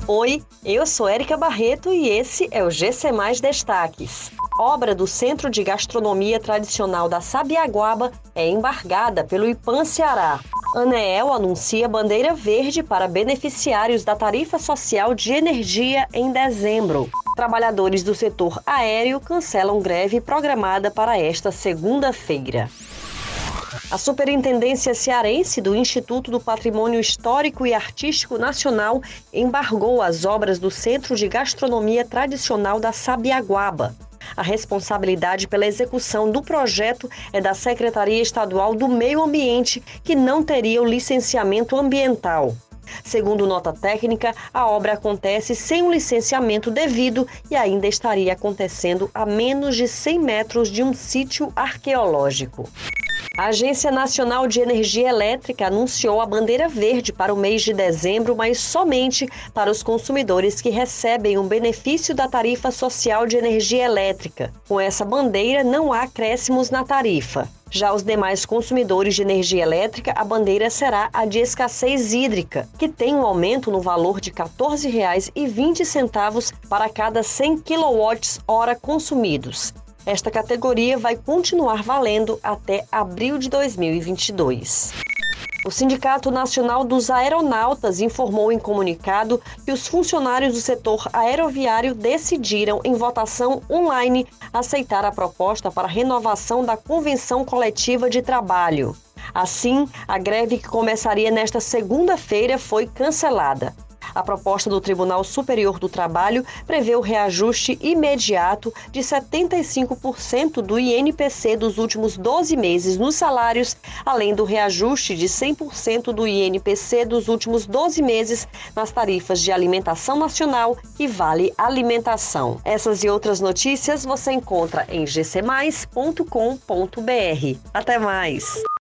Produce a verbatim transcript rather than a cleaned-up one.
Oi, eu sou Érica Barreto e esse é o G C Mais Destaques. Obra do Centro de Gastronomia Tradicional da Sabiaguaba é embargada pelo IPAM Ceará. ANEEL anuncia bandeira verde para beneficiários da tarifa social de energia em dezembro. Trabalhadores do setor aéreo cancelam greve programada para esta segunda-feira. A Superintendência Cearense do Instituto do Patrimônio Histórico e Artístico Nacional embargou as obras do Centro de Gastronomia Tradicional da Sabiaguaba. A responsabilidade pela execução do projeto é da Secretaria Estadual do Meio Ambiente, que não teria o licenciamento ambiental. Segundo nota técnica, a obra acontece sem um licenciamento devido e ainda estaria acontecendo a menos de cem metros de um sítio arqueológico. A Agência Nacional de Energia Elétrica anunciou a bandeira verde para o mês de dezembro, mas somente para os consumidores que recebem o benefício da tarifa social de energia elétrica. Com essa bandeira, não há acréscimos na tarifa. Já os demais consumidores de energia elétrica, a bandeira será a de escassez hídrica, que tem um aumento no valor de quatorze reais e vinte centavos para cada cem quilowatts-hora consumidos. Esta categoria vai continuar valendo até abril de dois mil e vinte e dois. O Sindicato Nacional dos Aeronautas informou em comunicado que os funcionários do setor aeroviário decidiram, em votação online, aceitar a proposta para renovação da Convenção Coletiva de Trabalho. Assim, a greve que começaria nesta segunda-feira foi cancelada. A proposta do Tribunal Superior do Trabalho prevê o reajuste imediato de setenta e cinco por cento do I N P C dos últimos doze meses nos salários, além do reajuste de cem por cento do I N P C dos últimos doze meses nas tarifas de alimentação nacional e vale alimentação. Essas e outras notícias você encontra em g c mais ponto com ponto b r. Até mais!